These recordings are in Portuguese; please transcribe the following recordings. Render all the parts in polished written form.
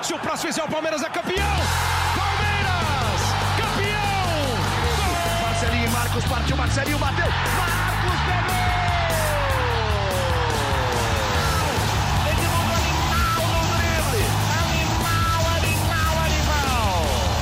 Se o próximo fizer, o Palmeiras é campeão! Palmeiras! Campeão! Gol! Marcelinho e Marcos, partiu, Marcelinho bateu! Marcos pegou! Edmundo animal no drible! Animal!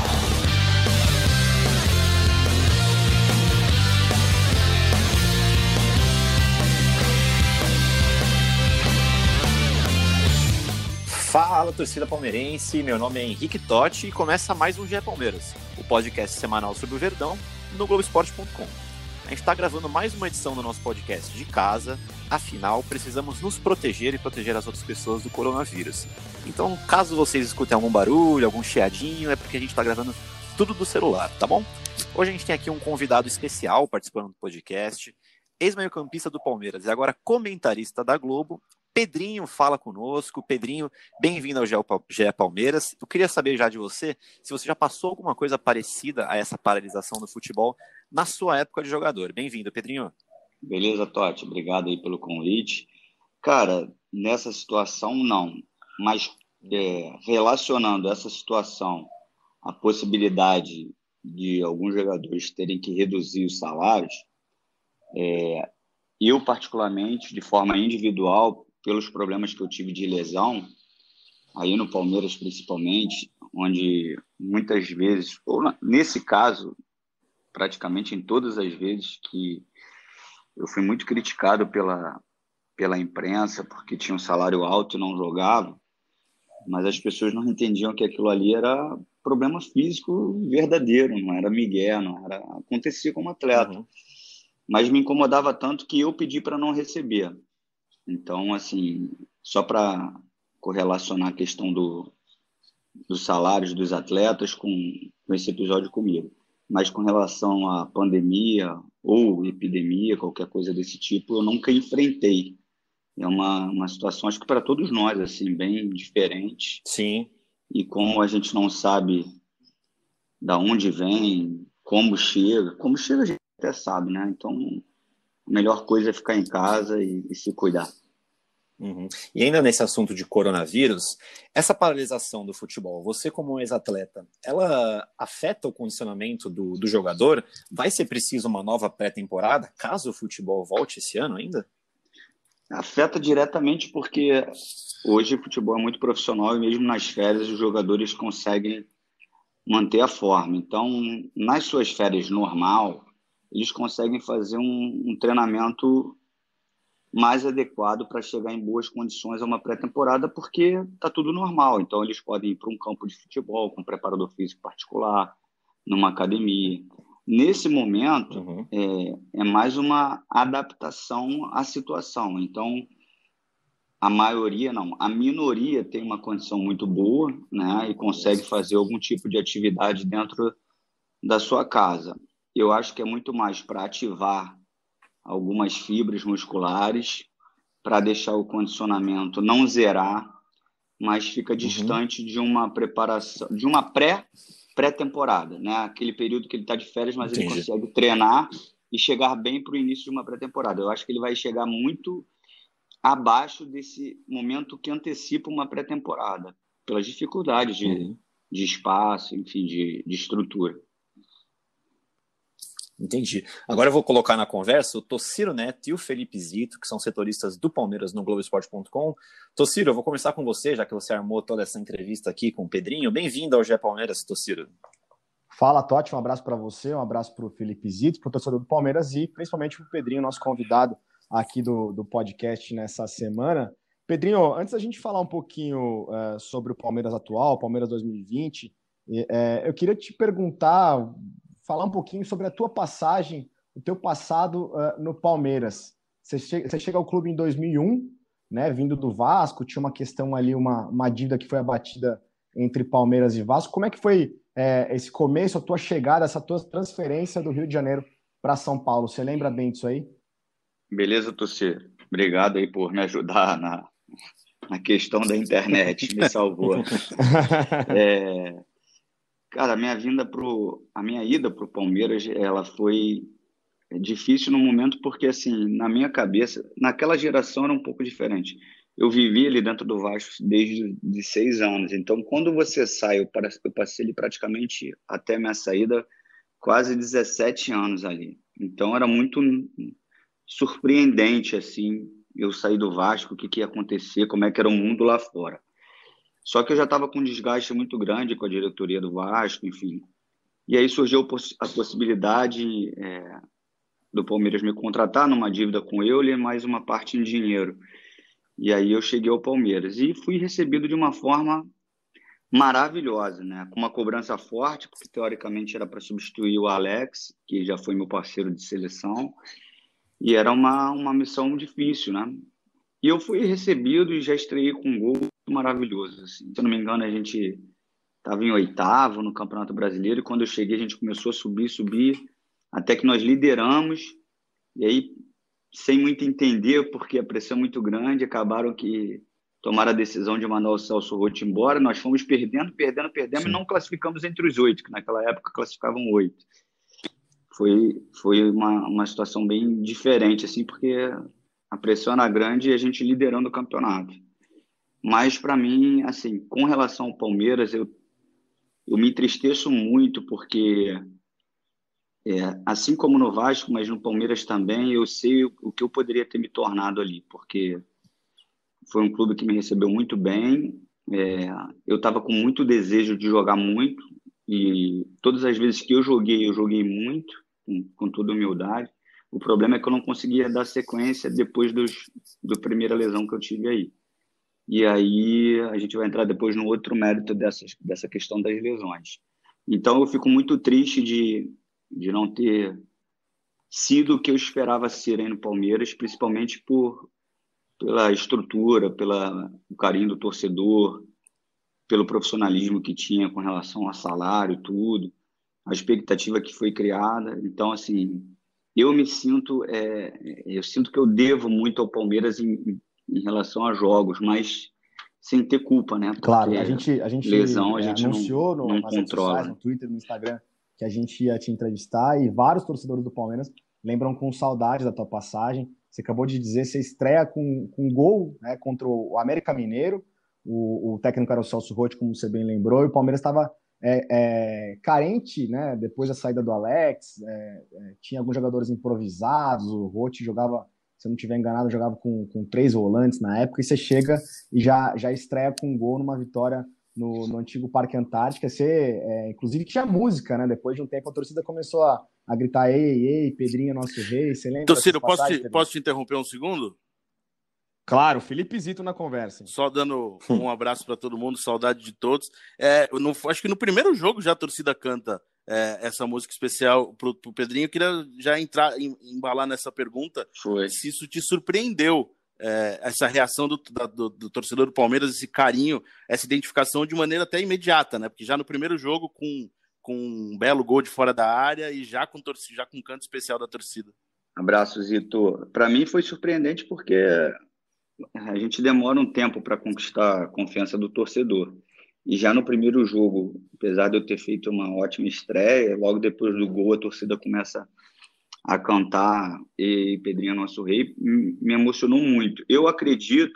Fala, torcida palmeirense, meu nome é Henrique Totti e começa mais um GE Palmeiras, o podcast semanal sobre o Verdão no Globoesporte.com. A gente está gravando mais uma edição do nosso podcast de casa, afinal precisamos nos proteger e proteger as outras pessoas do coronavírus. Então, caso vocês escutem algum barulho, algum chiadinho, é porque a gente está gravando tudo do celular, tá bom? Hoje a gente tem aqui um convidado especial participando do podcast, ex-meio-campista do Palmeiras e agora comentarista da Globo. Pedrinho fala conosco. Pedrinho, bem-vindo ao GE Palmeiras. Eu queria saber já de você, se você já passou alguma coisa parecida a essa paralisação do futebol na sua época de jogador. Bem-vindo, Pedrinho. Beleza, Totti. Obrigado aí pelo convite. Cara, nessa situação, não. Mas relacionando essa situação à possibilidade de alguns jogadores terem que reduzir os salários, eu, particularmente, de forma individual, pelos problemas que eu tive de lesão, aí no Palmeiras principalmente, onde muitas vezes, ou nesse caso, praticamente em todas as vezes que eu fui muito criticado pela imprensa, porque tinha um salário alto e não jogava, mas as pessoas não entendiam que aquilo ali era problema físico verdadeiro, não era migué, não era, acontecia como atleta. Uhum. Mas me incomodava tanto que eu pedi para não receber. Então, assim, só para correlacionar a questão dos salários dos atletas com esse episódio comigo. Mas com relação à pandemia ou epidemia, qualquer coisa desse tipo, eu nunca enfrentei. É uma situação, acho que para todos nós, assim, bem diferente. Sim. E como a gente não sabe da onde vem, como chega a gente até sabe, né? Então, a melhor coisa é ficar em casa e se cuidar. Uhum. E ainda nesse assunto de coronavírus, essa paralisação do futebol, você como ex-atleta, ela afeta o condicionamento do jogador? Vai ser preciso uma nova pré-temporada, caso o futebol volte esse ano ainda? Afeta diretamente porque hoje o futebol é muito profissional e mesmo nas férias os jogadores conseguem manter a forma. Então, nas suas férias normal, eles conseguem fazer um treinamento mais adequado para chegar em boas condições a uma pré-temporada, porque está tudo normal. Então, eles podem ir para um campo de futebol com um preparador físico particular, numa academia. Nesse momento, é mais uma adaptação à situação. Então, a minoria tem uma condição muito boa, né, e consegue fazer algum tipo de atividade dentro da sua casa. Eu acho que é muito mais para ativar algumas fibras musculares, para deixar o condicionamento não zerar, mas fica distante de uma preparação, de uma pré-temporada, né? Aquele período que ele está de férias, mas Entendi. Ele consegue treinar e chegar bem para o início de uma pré-temporada. Eu acho que ele vai chegar muito abaixo desse momento que antecipa uma pré-temporada, pelas dificuldades de espaço, enfim, de estrutura. Entendi. Agora eu vou colocar na conversa o Tociro Neto e o Felipe Zito, que são setoristas do Palmeiras no Globoesporte.com. Tociro, eu vou começar com você, já que você armou toda essa entrevista aqui com o Pedrinho. Bem-vindo ao GE Palmeiras, Tociro. Fala, Totti. Um abraço para você, um abraço para o Felipe Zito, para o torcedor do Palmeiras e principalmente para o Pedrinho, nosso convidado aqui do podcast nessa semana. Pedrinho, antes da gente falar um pouquinho sobre o Palmeiras atual, Palmeiras 2020, eu queria te perguntar, falar um pouquinho sobre a tua passagem, o teu passado no Palmeiras. Você chega ao clube em 2001, né, vindo do Vasco, tinha uma questão ali, uma dívida que foi abatida entre Palmeiras e Vasco. Como é que foi esse começo, a tua chegada, essa tua transferência do Rio de Janeiro para São Paulo? Você lembra bem disso aí? Beleza, Tucci. Obrigado aí por me ajudar na questão da internet, me salvou. Cara, a minha ida pro Palmeiras, ela foi difícil no momento porque, assim, na minha cabeça, naquela geração era um pouco diferente. eu vivi ali dentro do Vasco desde de 6 anos. Então, quando você sai, eu passei ali praticamente até minha saída quase 17 anos ali. Então, era muito surpreendente, assim, eu sair do Vasco, o que ia acontecer, como é que era o mundo lá fora. Só que eu já estava com um desgaste muito grande com a diretoria do Vasco, enfim. E aí surgiu a possibilidade do Palmeiras me contratar numa dívida com ele e mais uma parte em dinheiro. E aí eu cheguei ao Palmeiras e fui recebido de uma forma maravilhosa, né? Com uma cobrança forte, porque teoricamente era para substituir o Alex, que já foi meu parceiro de seleção, e era uma missão difícil, né? E eu fui recebido e já estreiei com um gol maravilhoso. Assim. Se eu não me engano, a gente estava em 8º no Campeonato Brasileiro, e quando eu cheguei a gente começou a subir, até que nós lideramos, e aí, sem muito entender, porque a pressão é muito grande, acabaram que tomaram a decisão de mandar o Celso Roth embora, nós fomos perdendo, Sim. e não classificamos entre os 8, que naquela época classificavam 8. Foi uma situação bem diferente, assim, porque a pressão era grande e a gente liderando o campeonato. Mas, para mim, assim, com relação ao Palmeiras, eu me entristeço muito, porque, assim como no Vasco, mas no Palmeiras também, eu sei o que eu poderia ter me tornado ali, porque foi um clube que me recebeu muito bem, eu estava com muito desejo de jogar muito, e todas as vezes que eu joguei muito, com toda humildade. O problema é que eu não conseguia dar sequência depois da primeira lesão que eu tive aí. E aí a gente vai entrar depois no outro mérito dessa questão das lesões. Então eu fico muito triste de não ter sido o que eu esperava ser aí no Palmeiras, principalmente pela estrutura, pelo carinho do torcedor, pelo profissionalismo que tinha com relação a salário, tudo, a expectativa que foi criada. Então, assim, eu sinto que eu devo muito ao Palmeiras em relação a jogos, mas sem ter culpa, né? Porque claro, a gente lesão a gente anunciou não nas redes controla. sociais, no Twitter, no Instagram, que a gente ia te entrevistar, e vários torcedores do Palmeiras lembram com saudade da tua passagem. Você acabou de dizer, você estreia com um gol, né, contra o América Mineiro, o técnico era o Celso Roth, como você bem lembrou, e o Palmeiras estava carente, né, depois da saída do Alex, tinha alguns jogadores improvisados, o Roth jogava, se eu não estiver enganado, jogava com 3 volantes na época, e você chega e já estreia com um gol numa vitória no antigo Parque Antártica. Inclusive tinha música, né? Depois de um tempo a torcida começou a gritar: ei, ei, Pedrinho, nosso rei. Você lembra? Torcida, posso te interromper um segundo? Claro, Felipe Zito na conversa. Só dando um abraço para todo mundo, saudade de todos. Acho que no primeiro jogo já a torcida canta essa música especial pro Pedrinho. Eu queria já embalar nessa pergunta. Foi. Se isso te surpreendeu, essa reação do torcedor do Palmeiras, esse carinho, essa identificação de maneira até imediata, né? Porque já no primeiro jogo, com um belo gol de fora da área e já com um canto especial da torcida. Abraço, Zito. Para mim foi surpreendente porque a gente demora um tempo para conquistar a confiança do torcedor. E já no primeiro jogo, apesar de eu ter feito uma ótima estreia, logo depois do gol a torcida começa a cantar "E Pedrinho, nosso rei", me emocionou muito. Eu acredito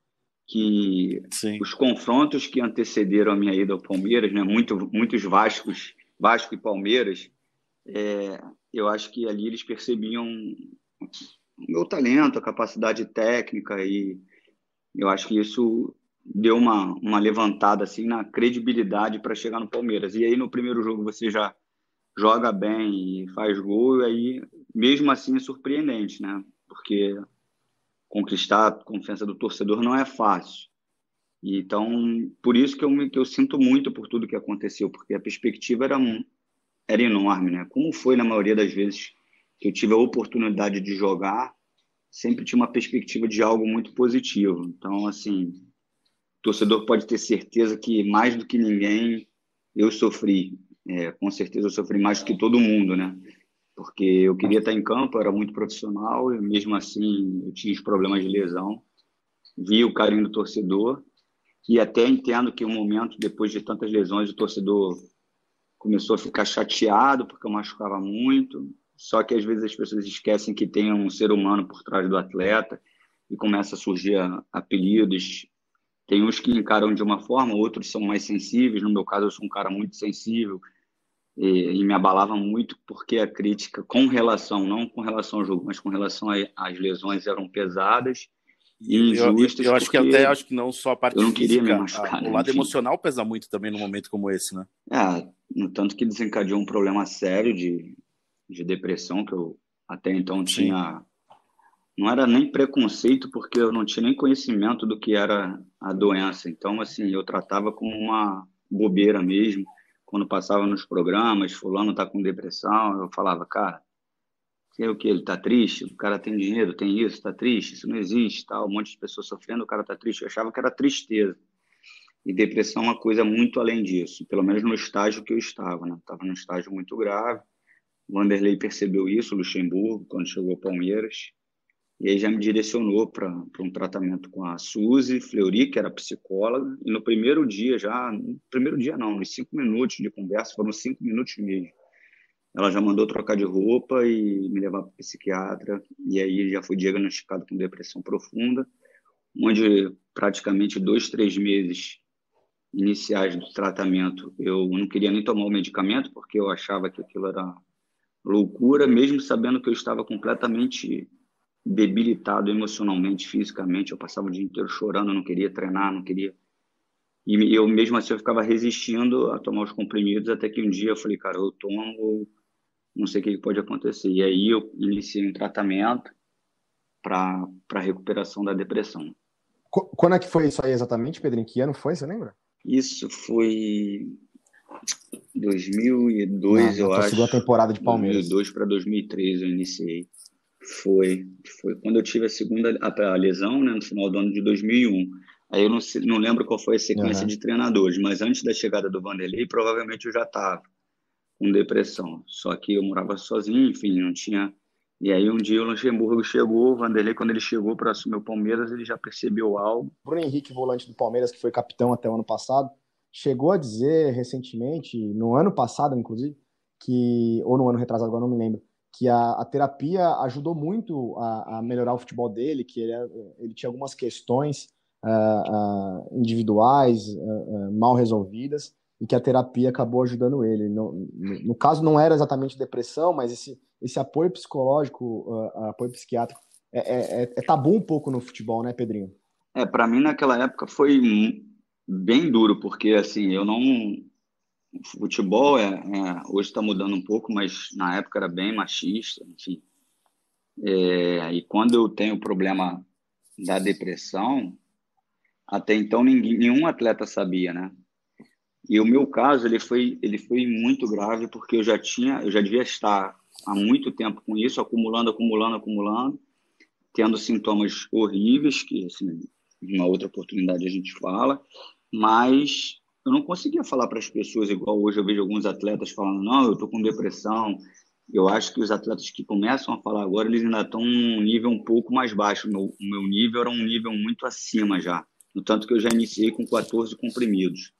que Sim. Os confrontos que antecederam a minha ida ao Palmeiras, né, muitos Vasco e Palmeiras, eu acho que ali eles percebiam o meu talento, a capacidade técnica, e eu acho que isso deu uma levantada assim, na credibilidade para chegar no Palmeiras. E aí no primeiro jogo você já joga bem e faz gol, e aí mesmo assim é surpreendente, né? Porque conquistar a confiança do torcedor não é fácil. Então, por isso que eu sinto muito por tudo que aconteceu, porque a perspectiva era enorme, né? Como foi na maioria das vezes que eu tive a oportunidade de jogar, sempre tinha uma perspectiva de algo muito positivo. Então, assim, o torcedor pode ter certeza que mais do que ninguém eu sofri. Com certeza eu sofri mais do que todo mundo, né? Porque eu queria estar em campo, eu era muito profissional, e mesmo assim eu tinha os problemas de lesão. Vi o carinho do torcedor e até entendo que um momento, depois de tantas lesões, o torcedor começou a ficar chateado porque eu machucava muito. Só que às vezes as pessoas esquecem que tem um ser humano por trás do atleta e começa a surgir apelidos. Tem uns que encaram de uma forma, outros são mais sensíveis. No meu caso, eu sou um cara muito sensível e me abalava muito porque a crítica não com relação ao jogo, mas com relação às lesões eram pesadas e injustas. Eu acho que não só a parte eu não queria física, me machucar, o lado emocional pesa muito também num momento como esse, né? No tanto que desencadeou um problema sério de depressão, que eu até então tinha... Não era nem preconceito, porque eu não tinha nem conhecimento do que era a doença. Então, assim, eu tratava como uma bobeira mesmo. Quando passava nos programas, fulano tá com depressão, eu falava, cara, sei o que, ele tá triste, o cara tem dinheiro, tem isso, tá triste, isso não existe, tal, um monte de pessoas sofrendo, o cara tá triste. Eu achava que era tristeza. E depressão é uma coisa muito além disso, pelo menos no estágio que eu estava, né? Estava num estágio muito grave. O Vanderlei percebeu isso, o Luxemburgo, quando chegou ao Palmeiras. E aí já me direcionou para um tratamento com a Suzy Fleury, que era psicóloga. E no primeiro dia nos 5 minutos de conversa, foram 5 minutos mesmo. Ela já mandou trocar de roupa e me levar para o psiquiatra. E aí já fui diagnosticado com depressão profunda, onde praticamente 2, 3 meses iniciais do tratamento eu não queria nem tomar o medicamento, porque eu achava que aquilo era loucura, mesmo sabendo que eu estava completamente debilitado emocionalmente, fisicamente. Eu passava o dia inteiro chorando, não queria treinar, não queria... E eu mesmo assim eu ficava resistindo a tomar os comprimidos, até que um dia eu falei, cara, eu tomo, não sei o que pode acontecer. E aí eu iniciei um tratamento para recuperação da depressão. Quando é que foi isso aí exatamente, Pedrinho? Que ano foi, você lembra? Isso foi 2002, eu acho. Segunda temporada de Palmeiras. 2002 para 2003 eu iniciei. Foi quando eu tive a lesão, né, no final do ano de 2001. Aí eu não lembro qual foi a sequência de treinadores, mas antes da chegada do Vanderlei, provavelmente eu já estava com depressão. Só que eu morava sozinho, enfim, não tinha... E aí um dia o Luxemburgo chegou, o Vanderlei, quando ele chegou para assumir o Palmeiras, ele já percebeu algo. Bruno Henrique, volante do Palmeiras, que foi capitão até o ano passado, chegou a dizer recentemente, no ano passado, inclusive, ou no ano retrasado, agora não me lembro, que a terapia ajudou muito a melhorar o futebol dele, que ele tinha algumas questões individuais mal resolvidas, e que a terapia acabou ajudando ele. No caso, não era exatamente depressão, mas esse apoio psicológico, apoio psiquiátrico, é tabu um pouco no futebol, né, Pedrinho? Para mim, naquela época, foi bem duro, porque, assim, eu não... O futebol hoje está mudando um pouco, mas na época era bem machista, enfim. E quando eu tenho o problema da depressão, até então nenhum atleta sabia, né? E o meu caso ele foi muito grave, porque eu já devia estar há muito tempo com isso, acumulando, tendo sintomas horríveis, que, assim, numa outra oportunidade a gente fala, mas eu não conseguia falar para as pessoas, igual hoje eu vejo alguns atletas falando, não, eu estou com depressão. Eu acho que os atletas que começam a falar agora, eles ainda estão num nível um pouco mais baixo. O meu nível era um nível muito acima já, no tanto que eu já iniciei com 14 comprimidos.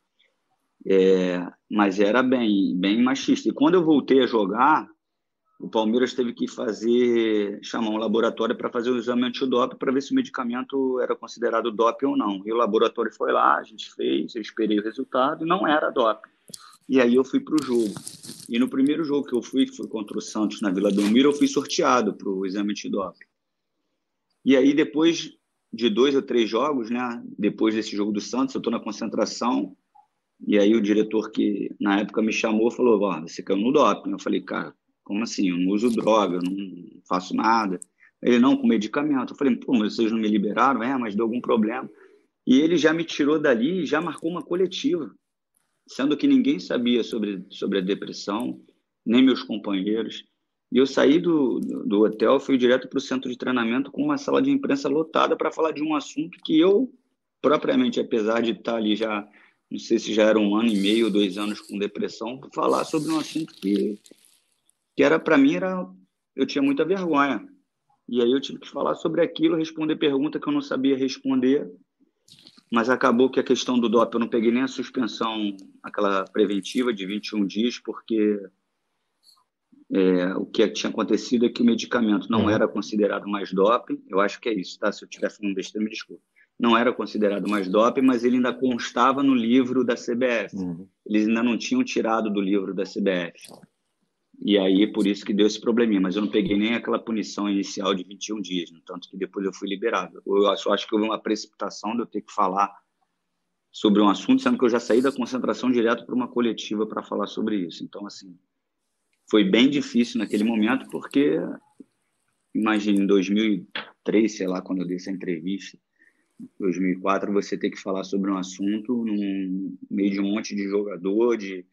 Mas era bem machista. E quando eu voltei a jogar, o Palmeiras teve que chamar um laboratório para fazer o exame antidoping para ver se o medicamento era considerado doping ou não. E o laboratório foi lá, a gente fez, eu esperei o resultado e não era doping. E aí eu fui para o jogo. E no primeiro jogo que eu fui, que foi contra o Santos na Vila Belmiro, eu fui sorteado para o exame antidoping. E aí depois de 2 ou 3 jogos, né, depois desse jogo do Santos, eu estou na concentração, e aí o diretor que na época me chamou falou, você caiu no doping. Eu falei, cara, como assim? Eu não uso droga, eu não faço nada. Ele, não, com medicamento. Eu falei, pô, mas vocês não me liberaram? Mas deu algum problema. E ele já me tirou dali e já marcou uma coletiva, sendo que ninguém sabia sobre a depressão, nem meus companheiros. E eu saí do hotel, fui direto para o centro de treinamento com uma sala de imprensa lotada para falar de um assunto que eu, propriamente, apesar de estar ali já, não sei se já era 1 ano e meio ou 2 anos com depressão, falar sobre um assunto que era, para mim, eu tinha muita vergonha. E aí eu tive que falar sobre aquilo, responder pergunta que eu não sabia responder, mas acabou que a questão do doping, eu não peguei nem a suspensão, aquela preventiva de 21 dias, porque O que tinha acontecido é que o medicamento não era considerado mais doping. Eu acho que é isso, tá? Se eu estiver falando besteira, me desculpa. Não era considerado mais doping, mas ele ainda constava no livro da CBF. Eles ainda não tinham tirado do livro da CBF. E aí, por isso que deu esse probleminha. Mas eu não peguei nem aquela punição inicial de 21 dias, no tanto que depois eu fui liberado. Eu acho que houve uma precipitação de eu ter que falar sobre um assunto, sendo que eu já saí da concentração direto para uma coletiva para falar sobre isso. Então, assim, foi bem difícil naquele momento, porque, imagine, em 2003, sei lá, quando eu dei essa entrevista, 2004, você ter que falar sobre um assunto no meio de um monte de jogador,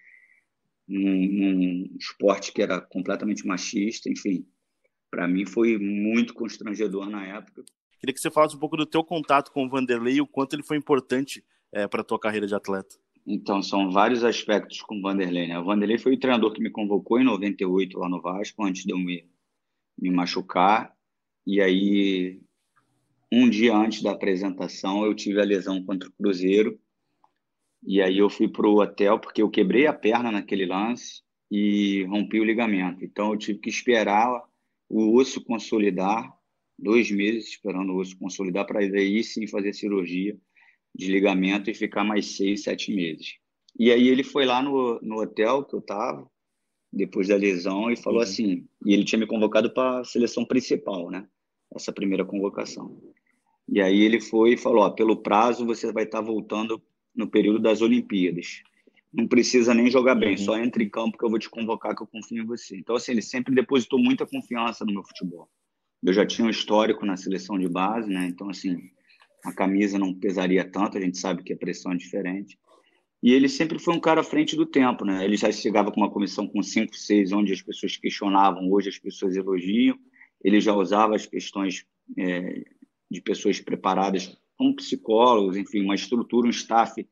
num esporte que era completamente machista, enfim. Para mim foi muito constrangedor na época. Queria que você falasse um pouco do teu contato com o Vanderlei e o quanto ele foi importante para a tua carreira de atleta. Então, são vários aspectos com o Vanderlei, né? O Vanderlei foi o treinador que me convocou em 98 lá no Vasco, antes de eu me machucar. E aí, um dia antes da apresentação, eu tive a lesão contra o Cruzeiro. E aí eu fui para o hotel, porque eu quebrei a perna naquele lance e rompi o ligamento. Então, eu tive que esperar o osso consolidar, 2 meses esperando o osso consolidar, para aí sim fazer cirurgia de ligamento e ficar mais 6, 7 meses. E aí ele foi lá no hotel que eu estava, depois da lesão, e falou assim, e ele tinha me convocado para a seleção principal, né? Essa primeira convocação. E aí ele foi e falou, pelo prazo você vai estar voltando no período das Olimpíadas. Não precisa nem jogar bem, só entra em campo que eu vou te convocar, que eu confio em você. Então, assim, ele sempre depositou muita confiança no meu futebol. Eu já tinha um histórico na seleção de base, né? Então, assim, a camisa não pesaria tanto, a gente sabe que a pressão é diferente. E ele sempre foi um cara à frente do tempo, né? Ele já chegava com uma comissão com 5, 6, onde as pessoas questionavam, hoje as pessoas elogiam. Ele já usava as questões de pessoas preparadas como psicólogos, enfim, uma estrutura, um staff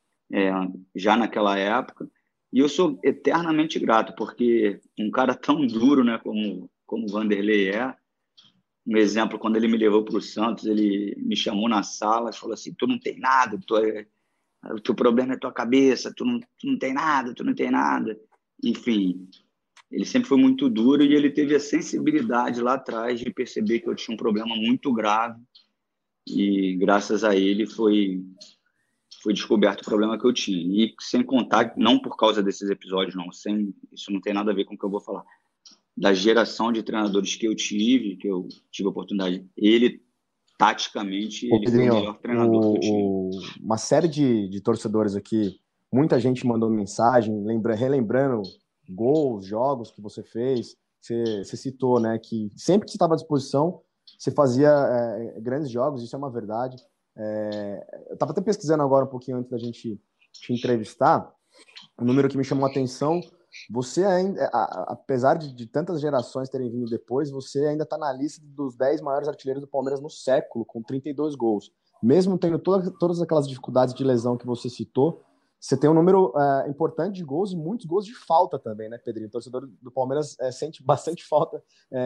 já naquela época. E eu sou eternamente grato, porque um cara tão duro, né, como o Vanderlei um exemplo, quando ele me levou para o Santos, ele me chamou na sala e falou assim, tu não tem nada, o teu problema é tua cabeça, tu não tem nada, tu não tem nada. Enfim, ele sempre foi muito duro e ele teve a sensibilidade lá atrás de perceber que eu tinha um problema muito grave e graças a ele foi descoberto o problema que eu tinha. E sem contar, não por causa desses episódios, não, isso não tem nada a ver com o que eu vou falar, da geração de treinadores que eu tive a oportunidade, ele, taticamente, ele Pedrinho, foi o melhor treinador que eu tive. Uma série de torcedores aqui, muita gente mandou mensagem, relembrando gols, jogos que você fez, você citou, né, que sempre que você estava à disposição, você fazia grandes jogos, isso é uma verdade. Eu estava até pesquisando agora um pouquinho antes da gente te entrevistar, um número que me chamou a atenção. Você ainda, apesar de tantas gerações terem vindo depois, você ainda está na lista dos 10 maiores artilheiros do Palmeiras no século, com 32 gols. Mesmo tendo todas aquelas dificuldades de lesão que você citou, você tem um número importante de gols e muitos gols de falta também, né, Pedrinho? O torcedor do Palmeiras sente bastante falta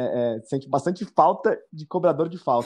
de cobrador de falta.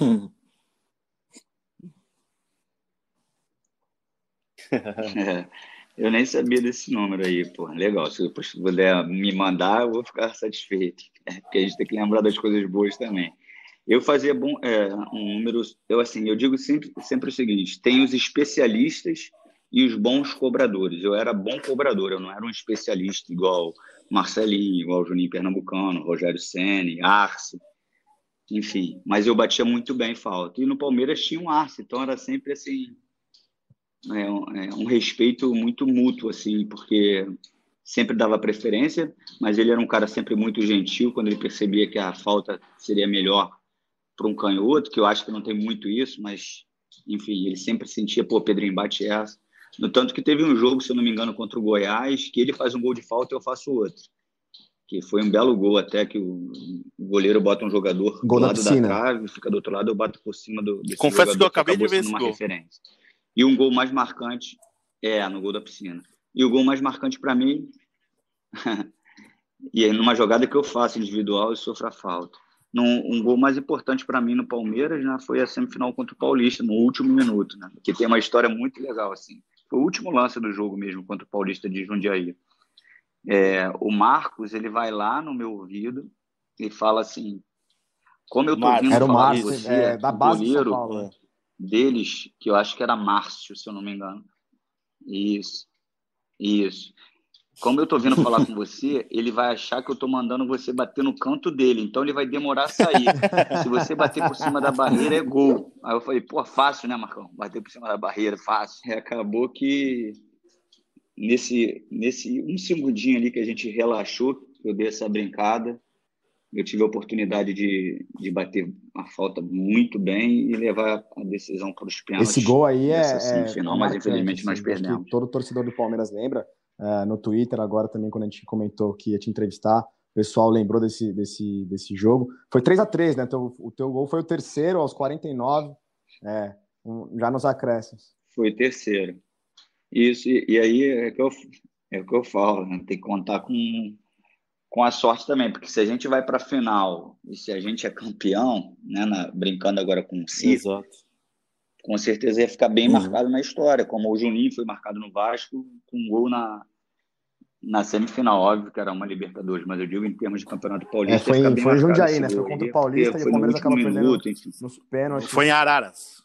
Eu nem sabia desse número aí, pô. Legal, se depois puder me mandar, eu vou ficar satisfeito, porque a gente tem que lembrar das coisas boas também. Eu fazia um número, eu digo sempre o seguinte, tem os especialistas e os bons cobradores. Eu era bom cobrador, eu não era um especialista igual Marcelinho, igual Juninho Pernambucano, Rogério Ceni, Arce, enfim, mas eu batia muito bem falta. E no Palmeiras tinha um Arce, então era sempre assim, um respeito muito mútuo, assim, porque sempre dava preferência, mas ele era um cara sempre muito gentil quando ele percebia que a falta seria melhor para um canhoto, que eu acho que não tem muito isso, mas, enfim, ele sempre sentia, Pedrinho, bate essa. No tanto que teve um jogo, se eu não me engano, contra o Goiás, que ele faz um gol de falta e eu faço outro. Que foi um belo gol até, que o goleiro bota um jogador do lado da trave, fica do outro lado, eu bato por cima desse Confesso jogador, que eu acabei de ver esse gol. Referência. E um gol mais marcante, no gol da piscina. E o gol mais marcante para mim, e é numa jogada que eu faço individual e sofro a falta. Um gol mais importante para mim no Palmeiras, né, foi a semifinal contra o Paulista, no último minuto, né, que tem uma história muito legal, assim. Foi o último lance do jogo mesmo, contra o Paulista de Jundiaí. O Marcos, ele vai lá no meu ouvido e fala assim, como eu tô Marcos, vindo Era o falar com Márcio, você, da o base do São goleiro Paulo. deles, que eu acho que era Márcio, se eu não me engano. Isso. Como eu tô vindo falar com você, ele vai achar que eu tô mandando você bater no canto dele, então ele vai demorar a sair. Se você bater por cima da barreira, é gol. Aí eu falei, pô, fácil, né, Marcão? Bater por cima da barreira, fácil. E acabou que nesse um segundinho ali que a gente relaxou, que eu dei essa brincada, eu tive a oportunidade de bater a falta muito bem e levar a decisão para os pênaltis. Esse gol aí nessa semifinal, mas marcante, infelizmente nós assim. Acho perdemos. que todo torcedor do Palmeiras lembra. No Twitter, agora também, quando a gente comentou que ia te entrevistar, o pessoal lembrou desse jogo. Foi 3-3, né? O teu gol foi o terceiro aos 49, já nos acréscimos. Foi o terceiro. Isso, e aí é o que eu falo, né? Tem que contar com a sorte também, porque se a gente vai para a final e se a gente é campeão, né, brincando agora com o Si, com certeza ia ficar bem marcado na história, como o Juninho foi marcado no Vasco com um gol na semifinal. Óbvio que era uma Libertadores, mas eu digo em termos de Campeonato Paulista, foi em Jundiaí, né? Foi contra o Paulista e o Palmeiras acaba perdendo nos pênaltis. Foi em Araras.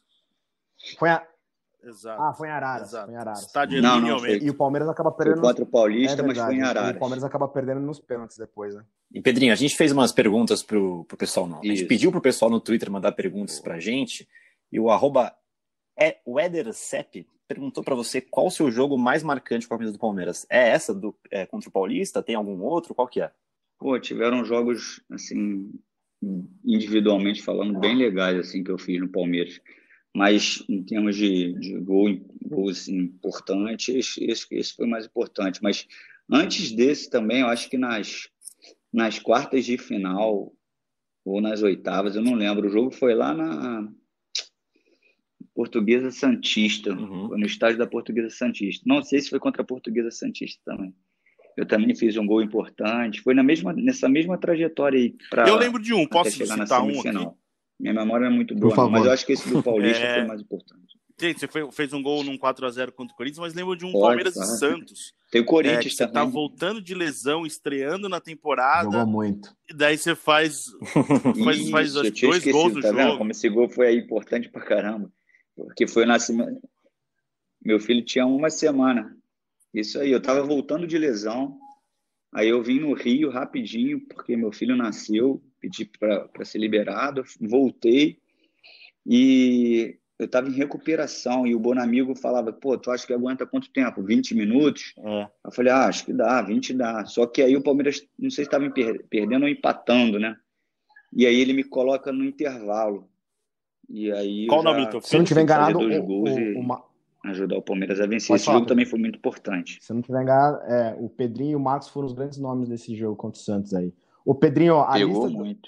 Exato. Foi em Araras. Estádio não, E o Palmeiras acaba perdendo contra o Paulista, mas foi em Araras. E o Palmeiras acaba perdendo nos pênaltis depois, né? E Pedrinho, a gente fez umas perguntas pro pessoal, não. A gente pediu pro pessoal no Twitter mandar perguntas pra gente, e o @WederCep perguntou pra você qual o seu jogo mais marcante com a camisa do Palmeiras. É essa contra o Paulista? Tem algum outro? Qual que é? Pô, tiveram jogos, assim, individualmente falando, bem legais, assim, que eu fiz no Palmeiras. Mas em termos de gols importantes, esse foi o mais importante. Mas antes desse também, eu acho que nas quartas de final ou nas oitavas, eu não lembro. O jogo foi lá na Portuguesa Santista, foi no estádio da Portuguesa Santista. Não sei se foi contra a Portuguesa Santista também. Eu também fiz um gol importante. Foi nessa mesma trajetória aí. Eu lembro de um, posso chegar citar na um semifinal. aqui? Minha memória não é muito boa, não, mas eu acho que esse do Paulista foi mais importante. Você fez um gol num 4-0 contra o Corinthians, mas lembro de um Palmeiras e Santos. Tem o Corinthians que você também. tá voltando de lesão, estreando na temporada. Jogou muito. E daí você faz Isso, dois gols no jogo. Vendo? Como esse gol foi importante pra caramba. Porque foi o nascimento. Meu filho tinha 1 semana. Isso aí, eu tava voltando de lesão. Aí eu vim no Rio rapidinho, porque meu filho nasceu, pedi para ser liberado, voltei e eu estava em recuperação. E o Bonamigo falava, pô, tu acha que aguenta quanto tempo? 20 minutos? Eu falei, acho que dá, 20 dá. Só que aí o Palmeiras, não sei se estava perdendo ou empatando, né? E aí ele me coloca no intervalo. E aí qual o nome do teu filho? Se eu não tiver enganado, ajudar o Palmeiras a vencer. Esse jogo também foi muito importante. Se eu não tiver enganado, o Pedrinho e o Marcos foram os grandes nomes desse jogo contra o Santos aí. O Pedrinho, a pegou lista muito.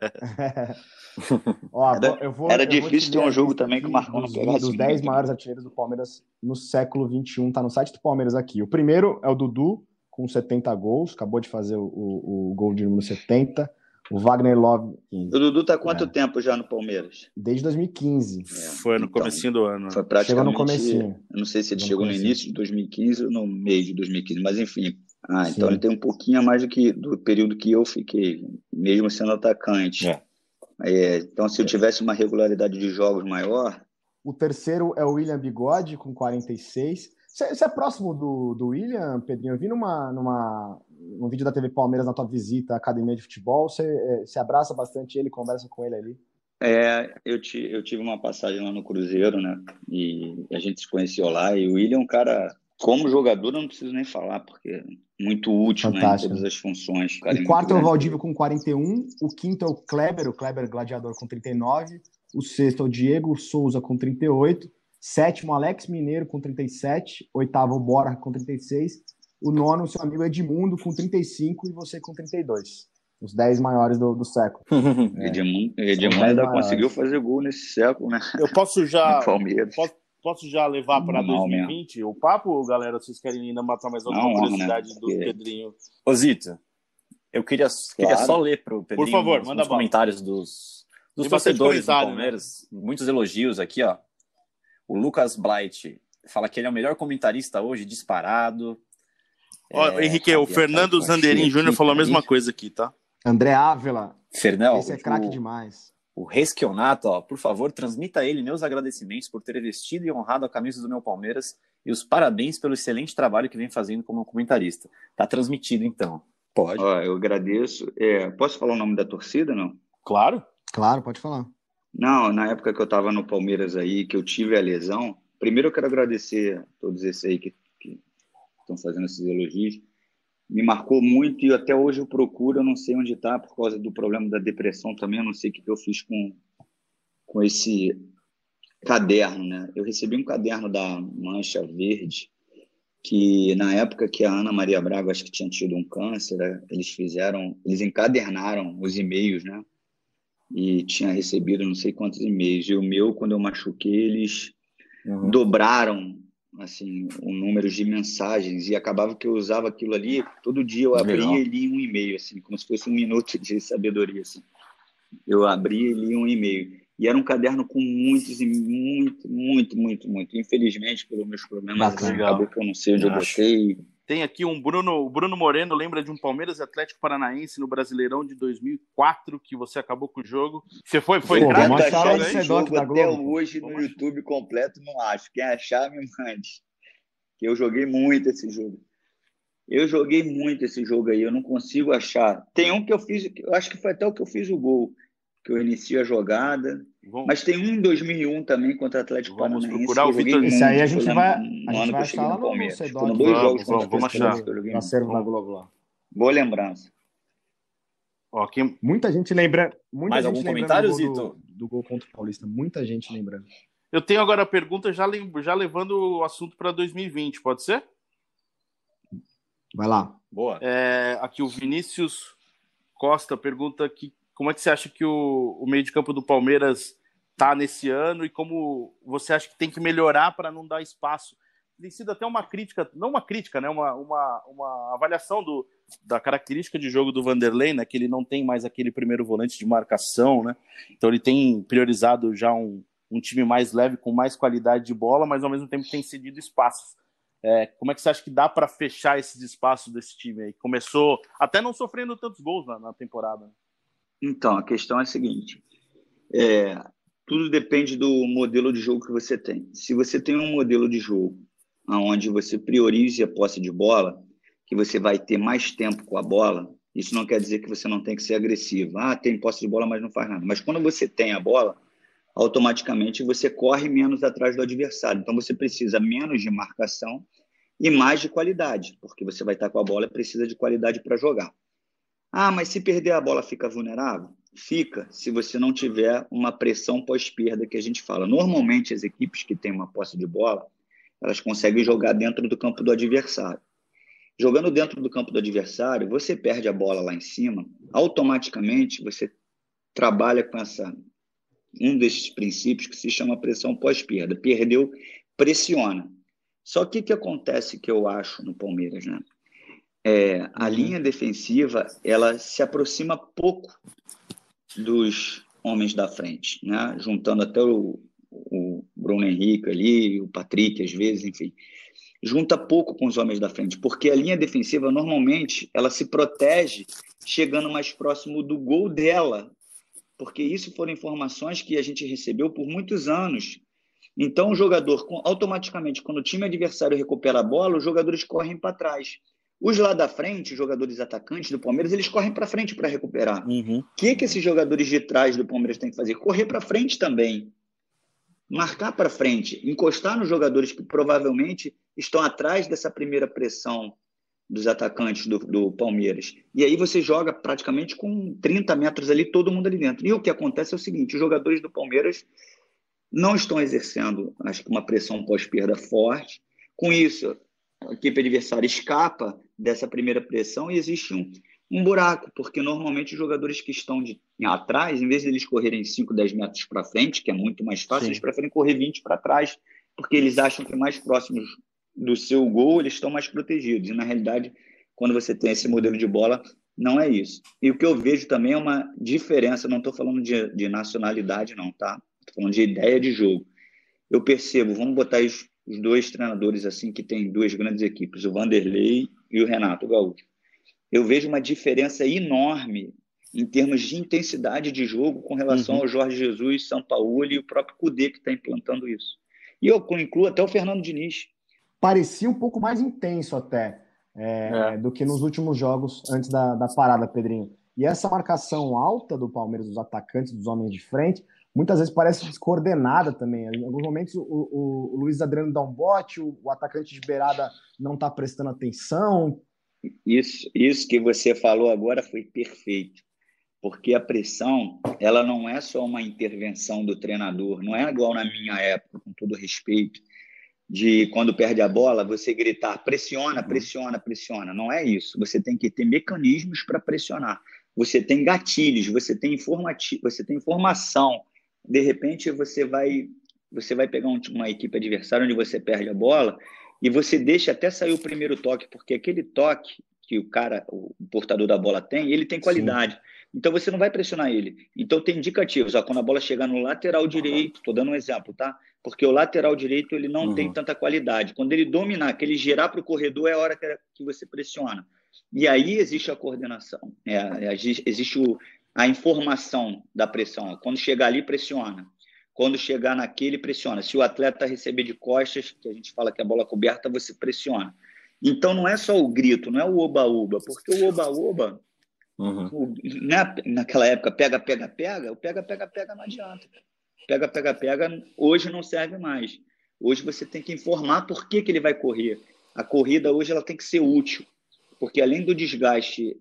Era difícil ter um jogo também que o Marcão não pegasse. Dos 10 maiores artilheiros do Palmeiras no século XXI, tá no site do Palmeiras aqui. O primeiro é o Dudu, com 70 gols, acabou de fazer o gol de número 70. O Wagner Love. 15. O Dudu tá há quanto tempo já no Palmeiras? Desde 2015. Foi no comecinho do ano. Foi praticamente, chegou no comecinho. Eu não sei se ele chegou no início de 2015 ou no meio de 2015, mas enfim. Então ele tem um pouquinho a mais do período que eu fiquei, mesmo sendo atacante. Então se eu tivesse uma regularidade de jogos maior... O terceiro é o William Bigode, com 46. Você é próximo do William, Pedrinho? Eu vi num vídeo da TV Palmeiras na tua visita à academia de futebol. Você abraça bastante ele, conversa com ele ali? Eu tive uma passagem lá no Cruzeiro, né? E a gente se conheceu lá. E o William é um cara, como jogador, eu não preciso nem falar, porque é muito útil, né, em todas as funções. O quarto é o Valdívio com 41. O quinto é o Kleber Gladiador com 39. O sexto é o Diego Souza com 38. Sétimo, Alex Mineiro com 37. Oitavo, o Borja com 36. O nono, o seu amigo Edmundo com 35 e você com 32. Os 10 maiores do século. Edmundo ainda conseguiu fazer gol nesse século, né? Eu posso já... Palmeiras. Posso já levar para 2020 o papo, galera? Vocês querem ainda matar mais alguma curiosidade do Pedrinho? Ô, Zito, eu queria só ler para o Pedrinho, por favor, manda os comentários dos torcedores do Palmeiras. Né? Muitos elogios aqui, ó. O Lucas Blight fala que ele é o melhor comentarista hoje, disparado. Henrique, o Fernando Zanderin Júnior falou a mesma coisa aqui, tá? André Ávila. Fernão, esse é craque demais. O Resquionato, ó, por favor, transmita a ele meus agradecimentos por ter vestido e honrado a camisa do meu Palmeiras e os parabéns pelo excelente trabalho que vem fazendo como comentarista. Tá transmitido, então. Pode. Ó, eu agradeço. Posso falar o nome da torcida, não? Claro. Claro, pode falar. Não, na época que eu estava no Palmeiras aí, que eu tive a lesão, primeiro eu quero agradecer a todos esses aí que estão fazendo esses elogios. Me marcou muito e até hoje eu procuro, eu não sei onde está, por causa do problema da depressão também, eu não sei o que eu fiz com esse caderno, né? Eu recebi um caderno da Mancha Verde, que na época que a Ana Maria Braga, acho que tinha tido um câncer, né? Eles encadernaram os e-mails, né? E tinha recebido não sei quantos e-mails. E o meu, quando eu machuquei, eles dobraram assim, o número de mensagens, e acabava que eu usava aquilo ali, todo dia eu abria e lia um e-mail, assim, como se fosse um minuto de sabedoria, assim. Eu abria e lia um e-mail. E era um caderno com muitos, muito. Infelizmente, pelos meus problemas, acabou que eu não sei onde eu botei. Tem aqui o Bruno Moreno, lembra de um Palmeiras e Atlético Paranaense no Brasileirão de 2004, que você acabou com o jogo. Você foi grato vamos a achar esse esse jogo da até Globo. hoje no YouTube completo, não acho. Quem achar, me mande. Que eu joguei muito esse jogo. Aí, eu não consigo achar. Tem um que eu fiz, eu acho que foi até o que eu fiz o gol, que eu inicio a jogada. Mas tem um em 2001 também contra o Atlético Paranaense. Vamos procurar o Vitor. Esse aí a gente vai achar lá no Sedoc. Foram 2 jogos contra o vamos achar. No acervo da Globo lá. Boa lembrança. Muita gente lembra. Mais algum comentário, Zito? Do gol contra o Paulista. Muita gente lembrando. Eu tenho agora a pergunta já levando o assunto para 2020, pode ser? Vai lá. Boa. Aqui o Vinícius Costa pergunta como é que você acha que o meio de campo do Palmeiras está nesse ano e como você acha que tem que melhorar para não dar espaço. Tem sido até uma crítica, não uma crítica, né? Uma avaliação da característica de jogo do Vanderlei, né? Que ele não tem mais aquele primeiro volante de marcação, né? Então ele tem priorizado já um time mais leve, com mais qualidade de bola, mas ao mesmo tempo tem cedido espaços. Como é que você acha que dá para fechar esses espaços desse time aí? Começou até não sofrendo tantos gols na temporada. Né? Então, a questão é a seguinte. Tudo depende do modelo de jogo que você tem. Se você tem um modelo de jogo onde você priorize a posse de bola, que você vai ter mais tempo com a bola, isso não quer dizer que você não tem que ser agressivo. Tem posse de bola, mas não faz nada. Mas quando você tem a bola, automaticamente você corre menos atrás do adversário. Então você precisa menos de marcação e mais de qualidade, porque você vai estar com a bola e precisa de qualidade para jogar. Mas se perder a bola fica vulnerável? Fica, se você não tiver uma pressão pós-perda que a gente fala. Normalmente as equipes que têm uma posse de bola, elas conseguem jogar dentro do campo do adversário. Jogando dentro do campo do adversário, você perde a bola lá em cima, automaticamente você trabalha com um desses princípios que se chama pressão pós-perda. Perdeu, pressiona. Só que o que acontece que eu acho no Palmeiras, né? A linha defensiva, ela se aproxima pouco dos homens da frente, né? Juntando até o Bruno Henrique ali, o Patrick às vezes, enfim. Junta pouco com os homens da frente, porque a linha defensiva, normalmente, ela se protege chegando mais próximo do gol dela, porque isso foram informações que a gente recebeu por muitos anos. Então, o jogador, automaticamente, quando o time adversário recupera a bola, os jogadores correm para trás. Os lá da frente, os jogadores atacantes do Palmeiras, eles correm para frente para recuperar. O que esses jogadores de trás do Palmeiras têm que fazer? Correr para frente também. Marcar para frente, encostar nos jogadores que provavelmente estão atrás dessa primeira pressão dos atacantes do Palmeiras. E aí você joga praticamente com 30 metros ali, todo mundo ali dentro. E o que acontece é o seguinte, os jogadores do Palmeiras não estão exercendo, acho que uma pressão pós-perda forte. Com isso, a equipe adversária escapa dessa primeira pressão e existe um buraco, porque normalmente os jogadores que estão atrás, em vez de eles correrem 5, 10 metros para frente, que é muito mais fácil, eles preferem correr 20 para trás, porque eles acham que mais próximos do seu gol eles estão mais protegidos. E, na realidade, quando você tem esse modelo de bola, não é isso. E o que eu vejo também é uma diferença, não estou falando de nacionalidade não, tá? Estou falando de ideia de jogo. Eu percebo, vamos botar os dois treinadores assim que tem duas grandes equipes, o Vanderlei e o Renato Gaúcho. Eu vejo uma diferença enorme em termos de intensidade de jogo com relação ao Jorge Jesus, Sampaoli e o próprio Cudê que está implantando isso. E eu incluo até o Fernando Diniz. Parecia um pouco mais intenso até do que nos últimos jogos antes da parada, Pedrinho. E essa marcação alta do Palmeiras, dos atacantes, dos homens de frente, muitas vezes parece descoordenada também. Em alguns momentos o Luiz Adriano dá um bote, o atacante de beirada não está prestando atenção. Isso que você falou agora foi perfeito. Porque a pressão, ela não é só uma intervenção do treinador, não é igual na minha época, com todo respeito, de quando perde a bola, você gritar, pressiona, pressiona, pressiona. Não é isso. Você tem que ter mecanismos para pressionar. Você tem gatilhos, você tem informação. De repente, você vai pegar uma equipe adversária onde você perde a bola e você deixa até sair o primeiro toque, porque aquele toque que o portador da bola tem, ele tem qualidade. Sim. Então, você não vai pressionar ele. Então, tem indicativos. Quando a bola chegar no lateral direito, estou dando um exemplo, tá? Porque o lateral direito ele não tem tanta qualidade. Quando ele dominar, que ele girar para o corredor, é a hora que você pressiona. E aí existe a coordenação. Existe a informação da pressão. Quando chegar ali, pressiona. Quando chegar naquele, pressiona. Se o atleta receber de costas, que a gente fala que é a bola coberta, você pressiona. Então, não é só o grito, não é o oba-oba, porque o oba-oba, naquela época, pega, pega, pega, o pega, pega, pega não adianta. Pega, pega, pega, hoje não serve mais. Hoje você tem que informar por que ele vai correr. A corrida hoje ela tem que ser útil, porque além do desgaste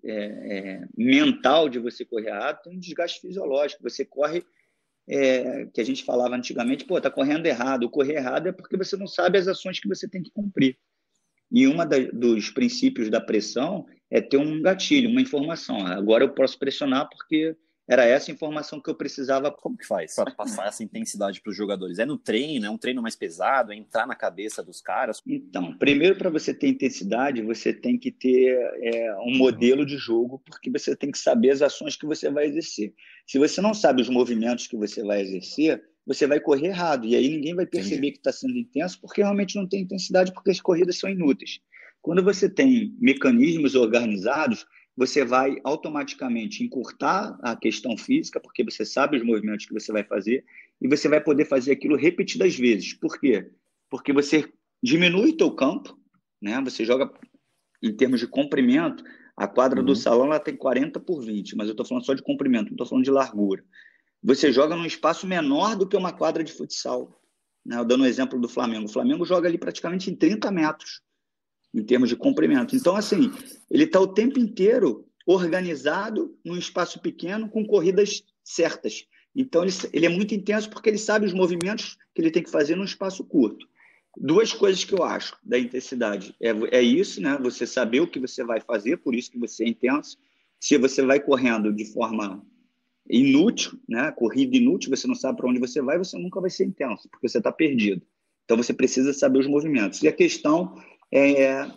mental de você correr errado, tem um desgaste fisiológico. Você corre, que a gente falava antigamente, tá correndo errado. O correr errado é porque você não sabe as ações que você tem que cumprir. E dos princípios da pressão é ter um gatilho, uma informação. Agora eu posso pressionar porque era essa informação que eu precisava. Como que faz para passar essa intensidade para os jogadores? É no treino? É um treino mais pesado? É entrar na cabeça dos caras? Então, primeiro, para você ter intensidade, você tem que ter um modelo de jogo, porque você tem que saber as ações que você vai exercer. Se você não sabe os movimentos que você vai exercer, você vai correr errado. E aí ninguém vai perceber que está sendo intenso, porque realmente não tem intensidade, porque as corridas são inúteis. Quando você tem mecanismos organizados, você vai automaticamente encurtar a questão física, porque você sabe os movimentos que você vai fazer, e você vai poder fazer aquilo repetidas vezes. Por quê? Porque você diminui o teu campo, né? Você joga em termos de comprimento, a quadra do salão ela tem 40 por 20, mas eu estou falando só de comprimento, não estou falando de largura. Você joga num espaço menor do que uma quadra de futsal. Né? Eu dando um exemplo do Flamengo. O Flamengo joga ali praticamente em 30 metros, em termos de comprimento. Então, assim, ele está o tempo inteiro organizado num espaço pequeno com corridas certas. Então, ele é muito intenso porque ele sabe os movimentos que ele tem que fazer num espaço curto. Duas coisas que eu acho da intensidade. É isso, né? Você saber o que você vai fazer, por isso que você é intenso. Se você vai correndo de forma inútil, né? Corrida inútil, você não sabe para onde você nunca vai ser intenso, porque você está perdido. Então, você precisa saber os movimentos. E a questão é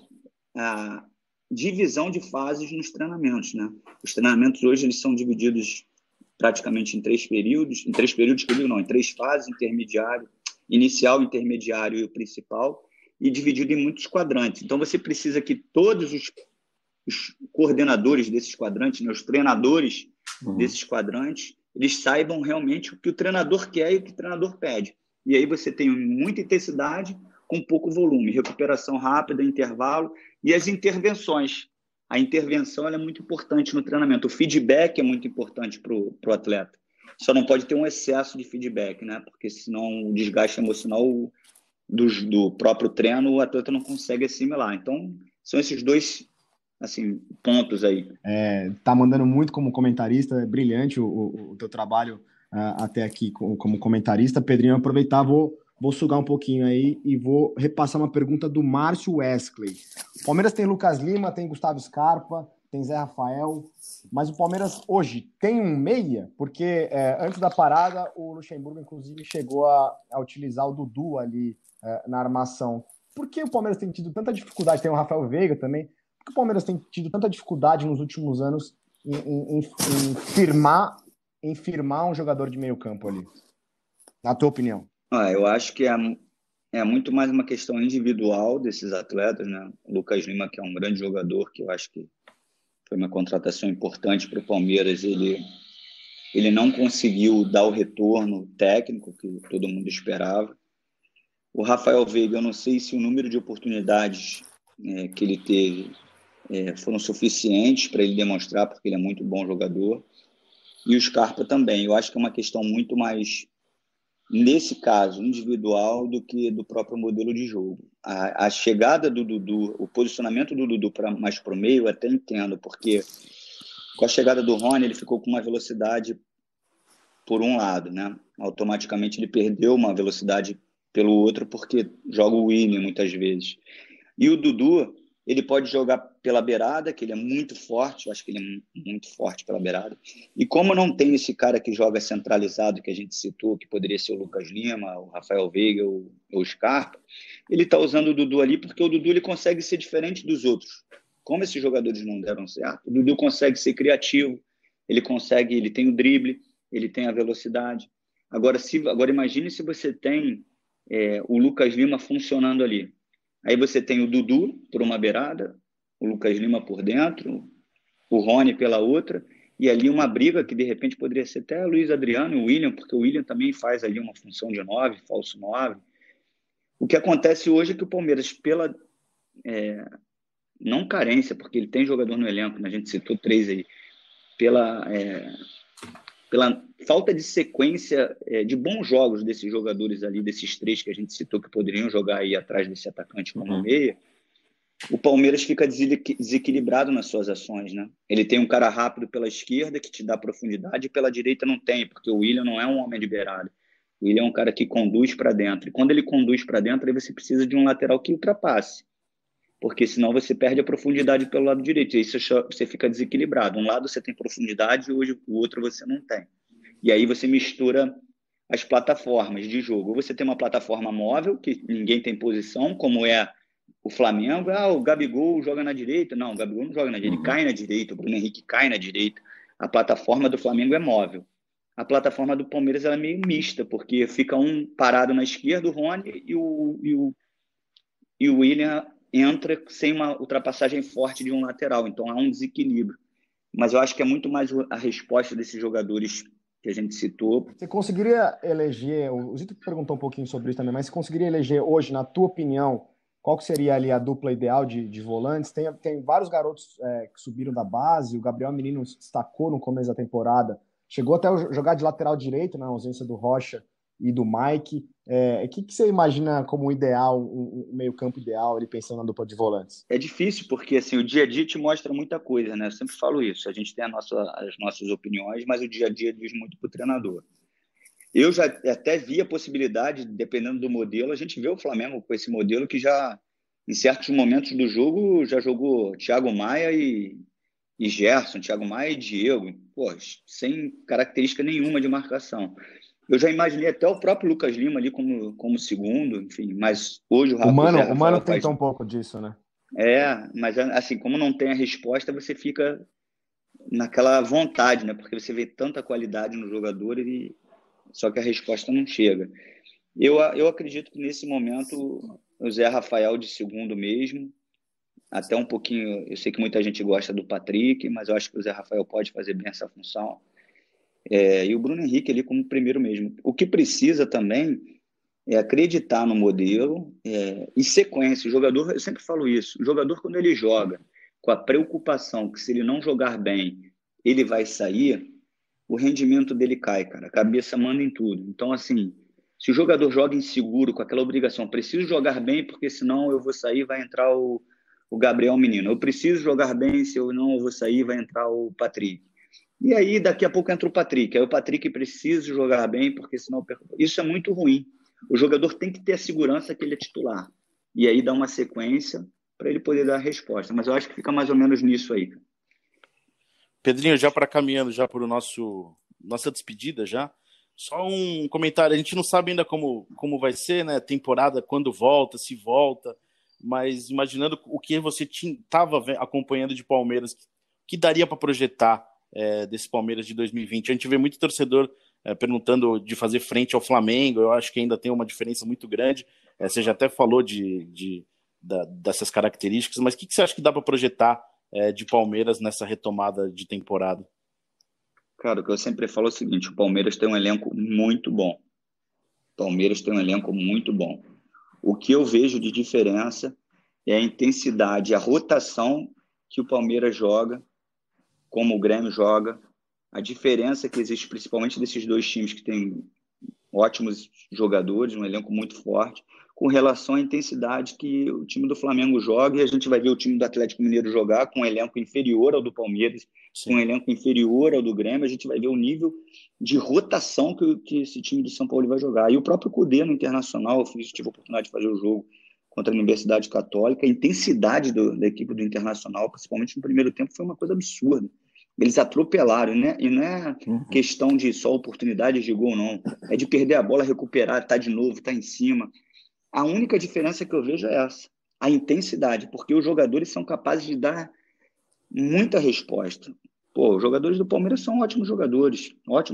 a divisão de fases nos treinamentos, né? Os treinamentos hoje eles são divididos praticamente em 3 períodos, em 3 fases, intermediário, inicial, intermediário e o principal, e dividido em muitos quadrantes. Então, você precisa que todos os coordenadores desses quadrantes, né, os treinadores desses quadrantes, eles saibam realmente o que o treinador quer e o que o treinador pede. E aí você tem muita intensidade com pouco volume, recuperação rápida, intervalo e as intervenções. A intervenção ela é muito importante no treinamento. O feedback é muito importante para o atleta. Só não pode ter um excesso de feedback, né? Porque senão o desgaste emocional do próprio treino o atleta não consegue assimilar. Então, são esses dois pontos aí. Tá mandando muito como comentarista, é brilhante o teu trabalho até aqui como comentarista. Pedrinho, eu aproveitar, vou sugar um pouquinho aí e vou repassar uma pergunta do Márcio Wesley. O Palmeiras tem Lucas Lima, tem Gustavo Scarpa, tem Zé Rafael, mas o Palmeiras hoje tem um meia, porque antes da parada o Luxemburgo, inclusive, chegou a utilizar o Dudu ali na armação. Por que o Palmeiras tem tido tanta dificuldade? Tem o Rafael Veiga também. Por que o Palmeiras tem tido tanta dificuldade nos últimos anos em firmar um jogador de meio campo ali? Na tua opinião? Eu acho que É muito mais uma questão individual desses atletas, né? O Lucas Lima, que é um grande jogador, que eu acho que foi uma contratação importante para o Palmeiras, ele não conseguiu dar o retorno técnico que todo mundo esperava. O Rafael Veiga, eu não sei se o número de oportunidades que ele teve foram suficientes para ele demonstrar, porque ele é muito bom jogador. E o Scarpa também. Eu acho que é uma questão muito mais, nesse caso, individual do que do próprio modelo de jogo. A chegada do Dudu, o posicionamento do Dudu mais para o meio, eu até entendo, porque com a chegada do Rony, ele ficou com uma velocidade por um lado, né? Automaticamente ele perdeu uma velocidade pelo outro, porque joga o William muitas vezes. E o Dudu, ele pode jogar pela beirada, que ele é muito forte, eu acho que ele é muito forte pela beirada. E como não tem esse cara que joga centralizado, que a gente citou, que poderia ser o Lucas Lima, o Rafael Veiga, o Scarpa, ele está usando o Dudu ali, porque o Dudu ele consegue ser diferente dos outros. Como esses jogadores não deram certo, o Dudu consegue ser criativo, ele tem o drible, ele tem a velocidade. Agora imagine se você tem o Lucas Lima funcionando ali. Aí você tem o Dudu por uma beirada, o Lucas Lima por dentro, o Rony pela outra, e ali uma briga que de repente poderia ser até o Luiz Adriano e o William, porque o William também faz ali uma função de 9, falso 9. O que acontece hoje é que o Palmeiras, pela não carência, porque ele tem jogador no elenco, né? A gente citou 3 aí, pela falta de sequência de bons jogos desses jogadores ali, desses 3 que a gente citou que poderiam jogar aí atrás desse atacante como meia, o Palmeiras fica desequilibrado nas suas ações, né? Ele tem um cara rápido pela esquerda que te dá profundidade e pela direita não tem, porque o William não é um homem de beirada. O William é um cara que conduz para dentro. E quando ele conduz para dentro, aí você precisa de um lateral que ultrapasse, porque senão você perde a profundidade pelo lado direito, e aí você fica desequilibrado. Um lado você tem profundidade e hoje o outro você não tem. E aí você mistura as plataformas de jogo. Ou você tem uma plataforma móvel, que ninguém tem posição, como é o Flamengo. O Gabigol joga na direita. Não, o Gabigol não joga na direita, ele cai na direita, o Bruno Henrique cai na direita. A plataforma do Flamengo é móvel. A plataforma do Palmeiras ela é meio mista, porque fica um parado na esquerda, o Rony, e o William entra sem uma ultrapassagem forte de um lateral, então há um desequilíbrio. Mas eu acho que é muito mais a resposta desses jogadores que a gente citou. Você conseguiria eleger, o Zito perguntou um pouquinho sobre isso também, mas você conseguiria eleger hoje, na tua opinião, qual que seria ali a dupla ideal de volantes? Tem vários garotos que subiram da base, o Gabriel Menino se destacou no começo da temporada, chegou até a jogar de lateral direito, na ausência do Rocha e do Mike. O que você imagina como ideal, um meio-campo ideal, ele pensando na dupla de volantes? É difícil, porque assim, o dia a dia te mostra muita coisa, né? Eu sempre falo isso, a gente tem as nossas opiniões, mas o dia a dia diz muito para o treinador. Eu já até vi a possibilidade, dependendo do modelo, a gente vê o Flamengo com esse modelo que já, em certos momentos do jogo, já jogou Thiago Maia e Gerson, Thiago Maia e Diego, sem característica nenhuma de marcação. Eu já imaginei até o próprio Lucas Lima ali como segundo, enfim, mas hoje o Rafael... O Mano tentou um pouco disso, né? Mas assim, como não tem a resposta, você fica naquela vontade, né? Porque você vê tanta qualidade no jogador, só que a resposta não chega. Eu acredito que nesse momento o Zé Rafael de segundo mesmo, até um pouquinho, eu sei que muita gente gosta do Patrick, mas eu acho que o Zé Rafael pode fazer bem essa função. E o Bruno Henrique ali como primeiro mesmo. O que precisa também é acreditar no modelo e sequência. O jogador, eu sempre falo isso, o jogador quando ele joga com a preocupação que se ele não jogar bem, ele vai sair, o rendimento dele cai, cara. A cabeça manda em tudo. Então, assim, se o jogador joga inseguro, com aquela obrigação, preciso jogar bem porque senão eu vou sair, vai entrar o Gabriel Menino. Eu preciso jogar bem, se eu não vou sair, vai entrar o Patrick. E aí, daqui a pouco entra o Patrick. Aí o Patrick precisa jogar bem, porque senão... Isso é muito ruim. O jogador tem que ter a segurança que ele é titular. E aí dá uma sequência para ele poder dar a resposta. Mas eu acho que fica mais ou menos nisso aí. Pedrinho, já para caminhando já para nossa despedida já, só um comentário. A gente não sabe ainda como vai ser, né? Temporada, quando volta, se volta. Mas imaginando o que você estava acompanhando de Palmeiras, que daria para projetar desse Palmeiras de 2020. A gente vê muito torcedor perguntando de fazer frente ao Flamengo. Eu acho que ainda tem uma diferença muito grande. Você já até falou dessas características, mas o que você acha que dá para projetar de Palmeiras nessa retomada de temporada? Cara, o que eu sempre falo é o seguinte, o Palmeiras tem um elenco muito bom. O que eu vejo de diferença é a intensidade, a rotação que o Palmeiras joga, como o Grêmio joga, a diferença que existe principalmente desses dois times que têm ótimos jogadores, um elenco muito forte, com relação à intensidade que o time do Flamengo joga, e a gente vai ver o time do Atlético Mineiro jogar com um elenco inferior ao do Palmeiras, com um elenco inferior ao do Grêmio, a gente vai ver o nível de rotação que esse time do São Paulo vai jogar. E o próprio Cudê no Internacional, eu tive a oportunidade de fazer o jogo contra a Universidade Católica, a intensidade da equipe do Internacional, principalmente no primeiro tempo, foi uma coisa absurda. Eles atropelaram, né? E não é questão de só oportunidade de gol, não. É de perder a bola, recuperar, tá de novo, tá em cima. A única diferença que eu vejo é essa, a intensidade, porque os jogadores são capazes de dar muita resposta. Os jogadores do Palmeiras são ótimos jogadores.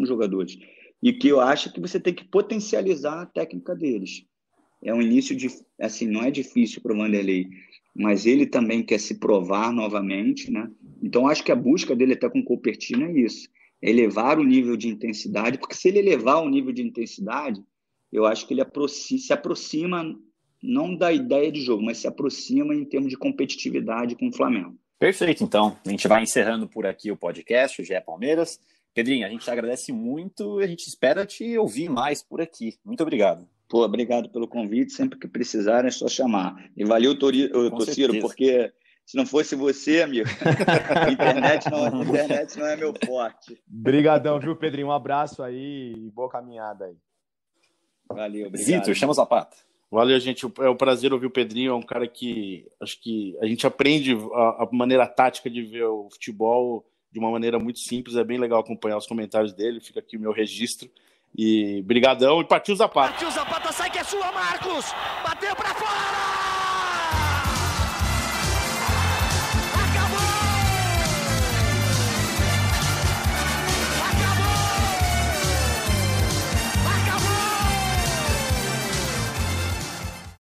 E que eu acho que você tem que potencializar a técnica deles. É um início de, assim, não é difícil para o Vanderlei, mas ele também quer se provar novamente, né? Então, acho que a busca dele até com o Coupertino é isso, é elevar o nível de intensidade, porque se ele elevar o nível de intensidade, eu acho que ele se aproxima, não da ideia de jogo, mas se aproxima em termos de competitividade com o Flamengo. Perfeito, então. A gente vai encerrando por aqui o podcast, o GE Palmeiras. Pedrinho, a gente agradece muito e a gente espera te ouvir mais por aqui. Muito obrigado. Obrigado pelo convite, sempre que precisarem é só chamar. E valeu, Tociro, porque se não fosse você, amigo, a internet não é meu forte. Obrigadão, viu, Pedrinho? Um abraço aí e boa caminhada aí. Valeu, obrigado. Zito, chama o Zapata. Valeu, gente. É um prazer ouvir o Pedrinho. É um cara que acho que a gente aprende a maneira tática de ver o futebol de uma maneira muito simples. É bem legal acompanhar os comentários dele. Fica aqui o meu registro. E brigadão. E partiu o Zapata. Sai que é sua, Marcos! Bateu pra fora!